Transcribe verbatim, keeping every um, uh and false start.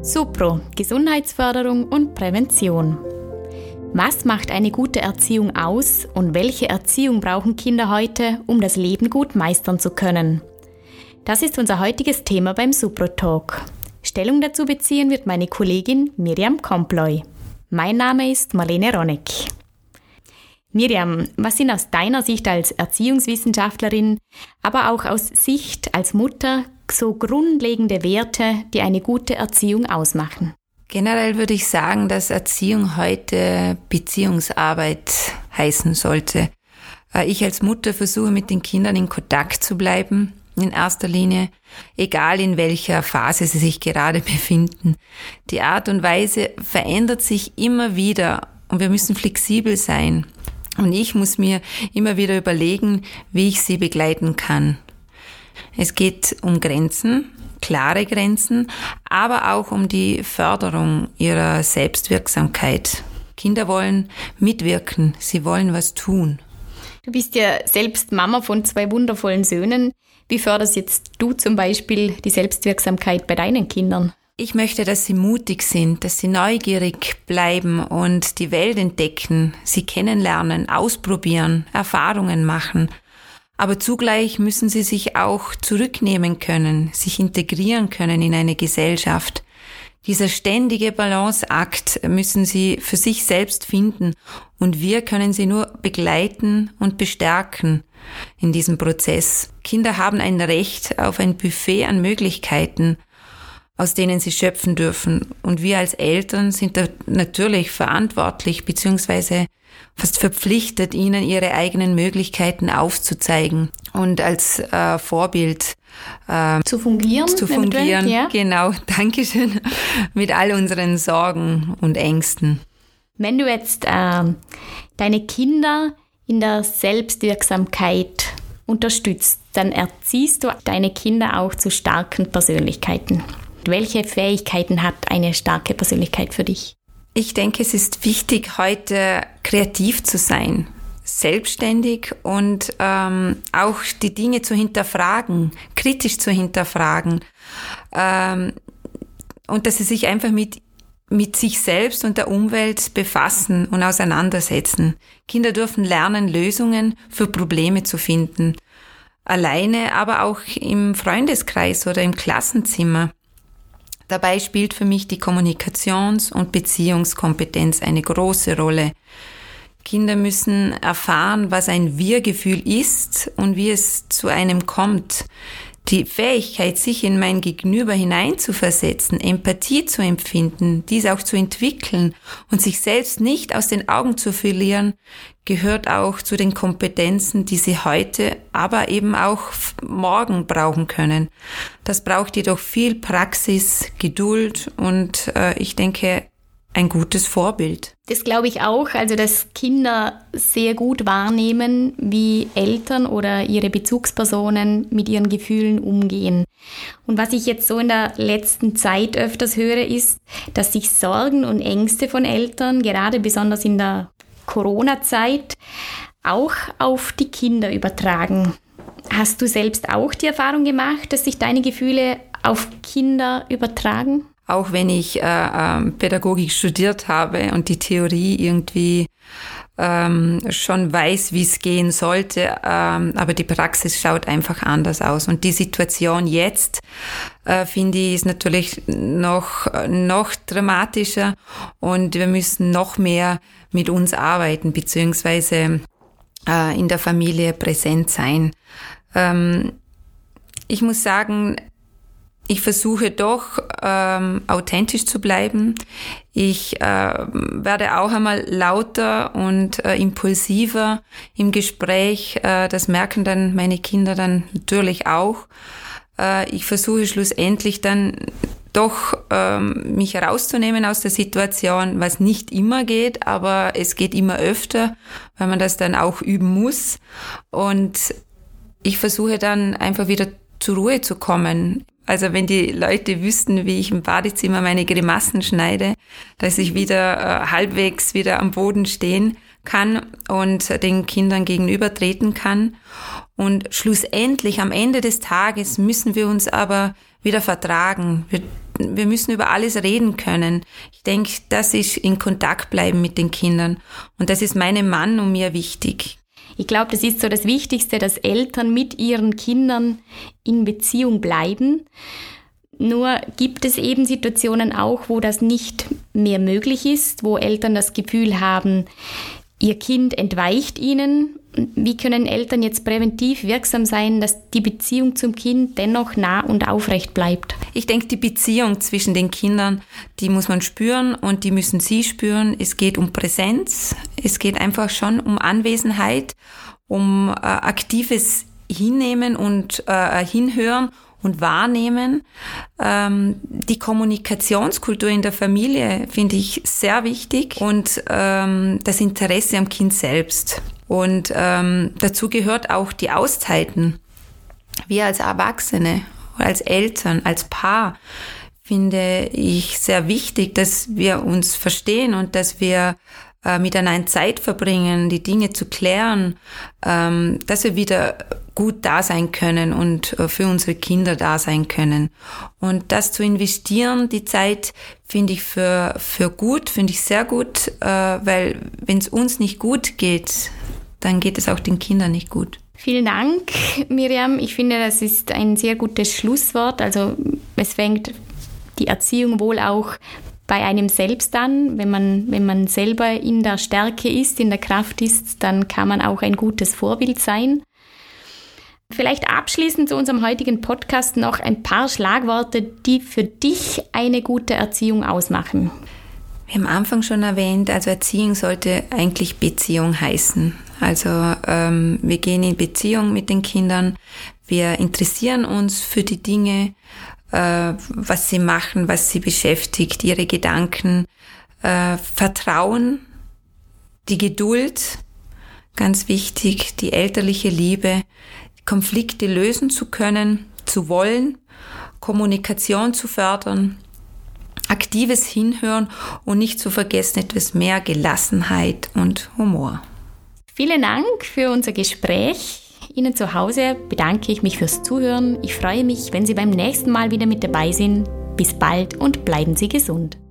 Supro, Gesundheitsförderung und Prävention. Was macht eine gute Erziehung aus und welche Erziehung brauchen Kinder heute, um das Leben gut meistern zu können? Das ist unser heutiges Thema beim Supro Talk. Stellung dazu beziehen wird meine Kollegin Miriam Komploy. Mein Name ist Marlene Roneck. Miriam, was sind aus deiner Sicht als Erziehungswissenschaftlerin, aber auch aus Sicht als Mutter so grundlegende Werte, die eine gute Erziehung ausmachen? Generell würde ich sagen, dass Erziehung heute Beziehungsarbeit heißen sollte. Ich als Mutter versuche mit den Kindern in Kontakt zu bleiben, in erster Linie, egal in welcher Phase sie sich gerade befinden. Die Art und Weise verändert sich immer wieder und wir müssen flexibel sein. Und ich muss mir immer wieder überlegen, wie ich sie begleiten kann. Es geht um Grenzen, klare Grenzen, aber auch um die Förderung ihrer Selbstwirksamkeit. Kinder wollen mitwirken, sie wollen was tun. Du bist ja selbst Mama von zwei wundervollen Söhnen. Wie förderst jetzt du zum Beispiel die Selbstwirksamkeit bei deinen Kindern? Ich möchte, dass sie mutig sind, dass sie neugierig bleiben und die Welt entdecken, sie kennenlernen, ausprobieren, Erfahrungen machen. Aber zugleich müssen sie sich auch zurücknehmen können, sich integrieren können in eine Gesellschaft. Dieser ständige Balanceakt müssen sie für sich selbst finden und wir können sie nur begleiten und bestärken in diesem Prozess. Kinder haben ein Recht auf ein Buffet an Möglichkeiten, aus denen sie schöpfen dürfen. Und wir als Eltern sind da natürlich verantwortlich bzw. fast verpflichtet, ihnen ihre eigenen Möglichkeiten aufzuzeigen und als äh, Vorbild äh, zu fungieren. Zu fungieren, ja. Genau, Dankeschön, mit all unseren Sorgen und Ängsten. Wenn du jetzt äh, deine Kinder in der Selbstwirksamkeit unterstützt, dann erziehst du deine Kinder auch zu starken Persönlichkeiten. Welche Fähigkeiten hat eine starke Persönlichkeit für dich? Ich denke, es ist wichtig, heute kreativ zu sein, selbstständig und ähm, auch die Dinge zu hinterfragen, kritisch zu hinterfragen ähm, und dass sie sich einfach mit mit sich selbst und der Umwelt befassen und auseinandersetzen. Kinder dürfen lernen, Lösungen für Probleme zu finden, alleine, aber auch im Freundeskreis oder im Klassenzimmer. Dabei spielt für mich die Kommunikations- und Beziehungskompetenz eine große Rolle. Kinder müssen erfahren, was ein Wir-Gefühl ist und wie es zu einem kommt. Die Fähigkeit, sich in mein Gegenüber hineinzuversetzen, Empathie zu empfinden, dies auch zu entwickeln und sich selbst nicht aus den Augen zu verlieren, gehört auch zu den Kompetenzen, die sie heute, aber eben auch morgen brauchen können. Das braucht jedoch viel Praxis, Geduld und äh, ich denke, ein gutes Vorbild. Das glaube ich auch, also dass Kinder sehr gut wahrnehmen, wie Eltern oder ihre Bezugspersonen mit ihren Gefühlen umgehen. Und was ich jetzt so in der letzten Zeit öfters höre, ist, dass sich Sorgen und Ängste von Eltern, gerade besonders in der Corona-Zeit, auch auf die Kinder übertragen. Hast du selbst auch die Erfahrung gemacht, dass sich deine Gefühle auf Kinder übertragen? Auch wenn ich äh, äh, Pädagogik studiert habe und die Theorie irgendwie ähm, schon weiß, wie es gehen sollte, ähm, aber die Praxis schaut einfach anders aus. Und die Situation jetzt, äh, finde ich, ist natürlich noch, noch dramatischer und wir müssen noch mehr mit uns arbeiten, beziehungsweise äh, in der Familie präsent sein. Ähm, ich muss sagen, ich versuche doch ähm, authentisch zu bleiben. Ich äh, werde auch einmal lauter und äh, impulsiver im Gespräch. Äh, das merken dann meine Kinder dann natürlich auch. Äh, ich versuche schlussendlich dann doch ähm, mich herauszunehmen aus der Situation, was nicht immer geht, aber es geht immer öfter, weil man das dann auch üben muss. Und ich versuche dann einfach wieder zur Ruhe zu kommen. Also wenn die Leute wüssten, wie ich im Badezimmer meine Grimassen schneide, dass ich wieder äh, halbwegs wieder am Boden stehen kann und den Kindern gegenüber treten kann. Und schlussendlich, am Ende des Tages, müssen wir uns aber wieder vertragen. Wir wir müssen über alles reden können. Ich denke, das ist in Kontakt bleiben mit den Kindern. Und das ist meinem Mann und mir wichtig. Ich glaube, das ist so das Wichtigste, dass Eltern mit ihren Kindern in Beziehung bleiben. Nur gibt es eben Situationen auch, wo das nicht mehr möglich ist, wo Eltern das Gefühl haben, ihr Kind entweicht ihnen. Wie können Eltern jetzt präventiv wirksam sein, dass die Beziehung zum Kind dennoch nah und aufrecht bleibt? Ich denke, die Beziehung zwischen den Kindern, die muss man spüren und die müssen sie spüren. Es geht um Präsenz, es geht einfach schon um Anwesenheit, um äh, aktives Hinnehmen und äh, Hinhören und Wahrnehmen. Ähm, die Kommunikationskultur in der Familie finde ich sehr wichtig und ähm, das Interesse am Kind selbst. Und ähm, dazu gehört auch die Auszeiten. Wir als Erwachsene, als Eltern, als Paar finde ich sehr wichtig, dass wir uns verstehen und dass wir äh, miteinander Zeit verbringen, die Dinge zu klären, ähm, dass wir wieder gut da sein können und äh, für unsere Kinder da sein können. Und das zu investieren, die Zeit, finde ich für für gut, finde ich sehr gut, äh, weil wenn es uns nicht gut geht, dann geht es auch den Kindern nicht gut. Vielen Dank, Miriam. Ich finde, das ist ein sehr gutes Schlusswort. Also es fängt die Erziehung wohl auch bei einem selbst an. Wenn man, wenn man selber in der Stärke ist, in der Kraft ist, dann kann man auch ein gutes Vorbild sein. Vielleicht abschließend zu unserem heutigen Podcast noch ein paar Schlagworte, die für dich eine gute Erziehung ausmachen. Wir haben am Anfang schon erwähnt, also Erziehung sollte eigentlich Beziehung heißen. Also ähm, wir gehen in Beziehung mit den Kindern, wir interessieren uns für die Dinge, äh, was sie machen, was sie beschäftigt, ihre Gedanken, äh, Vertrauen, die Geduld, ganz wichtig, die elterliche Liebe, Konflikte lösen zu können, zu wollen, Kommunikation zu fördern, aktives Hinhören und nicht zu vergessen etwas mehr Gelassenheit und Humor. Vielen Dank für unser Gespräch. Ihnen zu Hause bedanke ich mich fürs Zuhören. Ich freue mich, wenn Sie beim nächsten Mal wieder mit dabei sind. Bis bald und bleiben Sie gesund.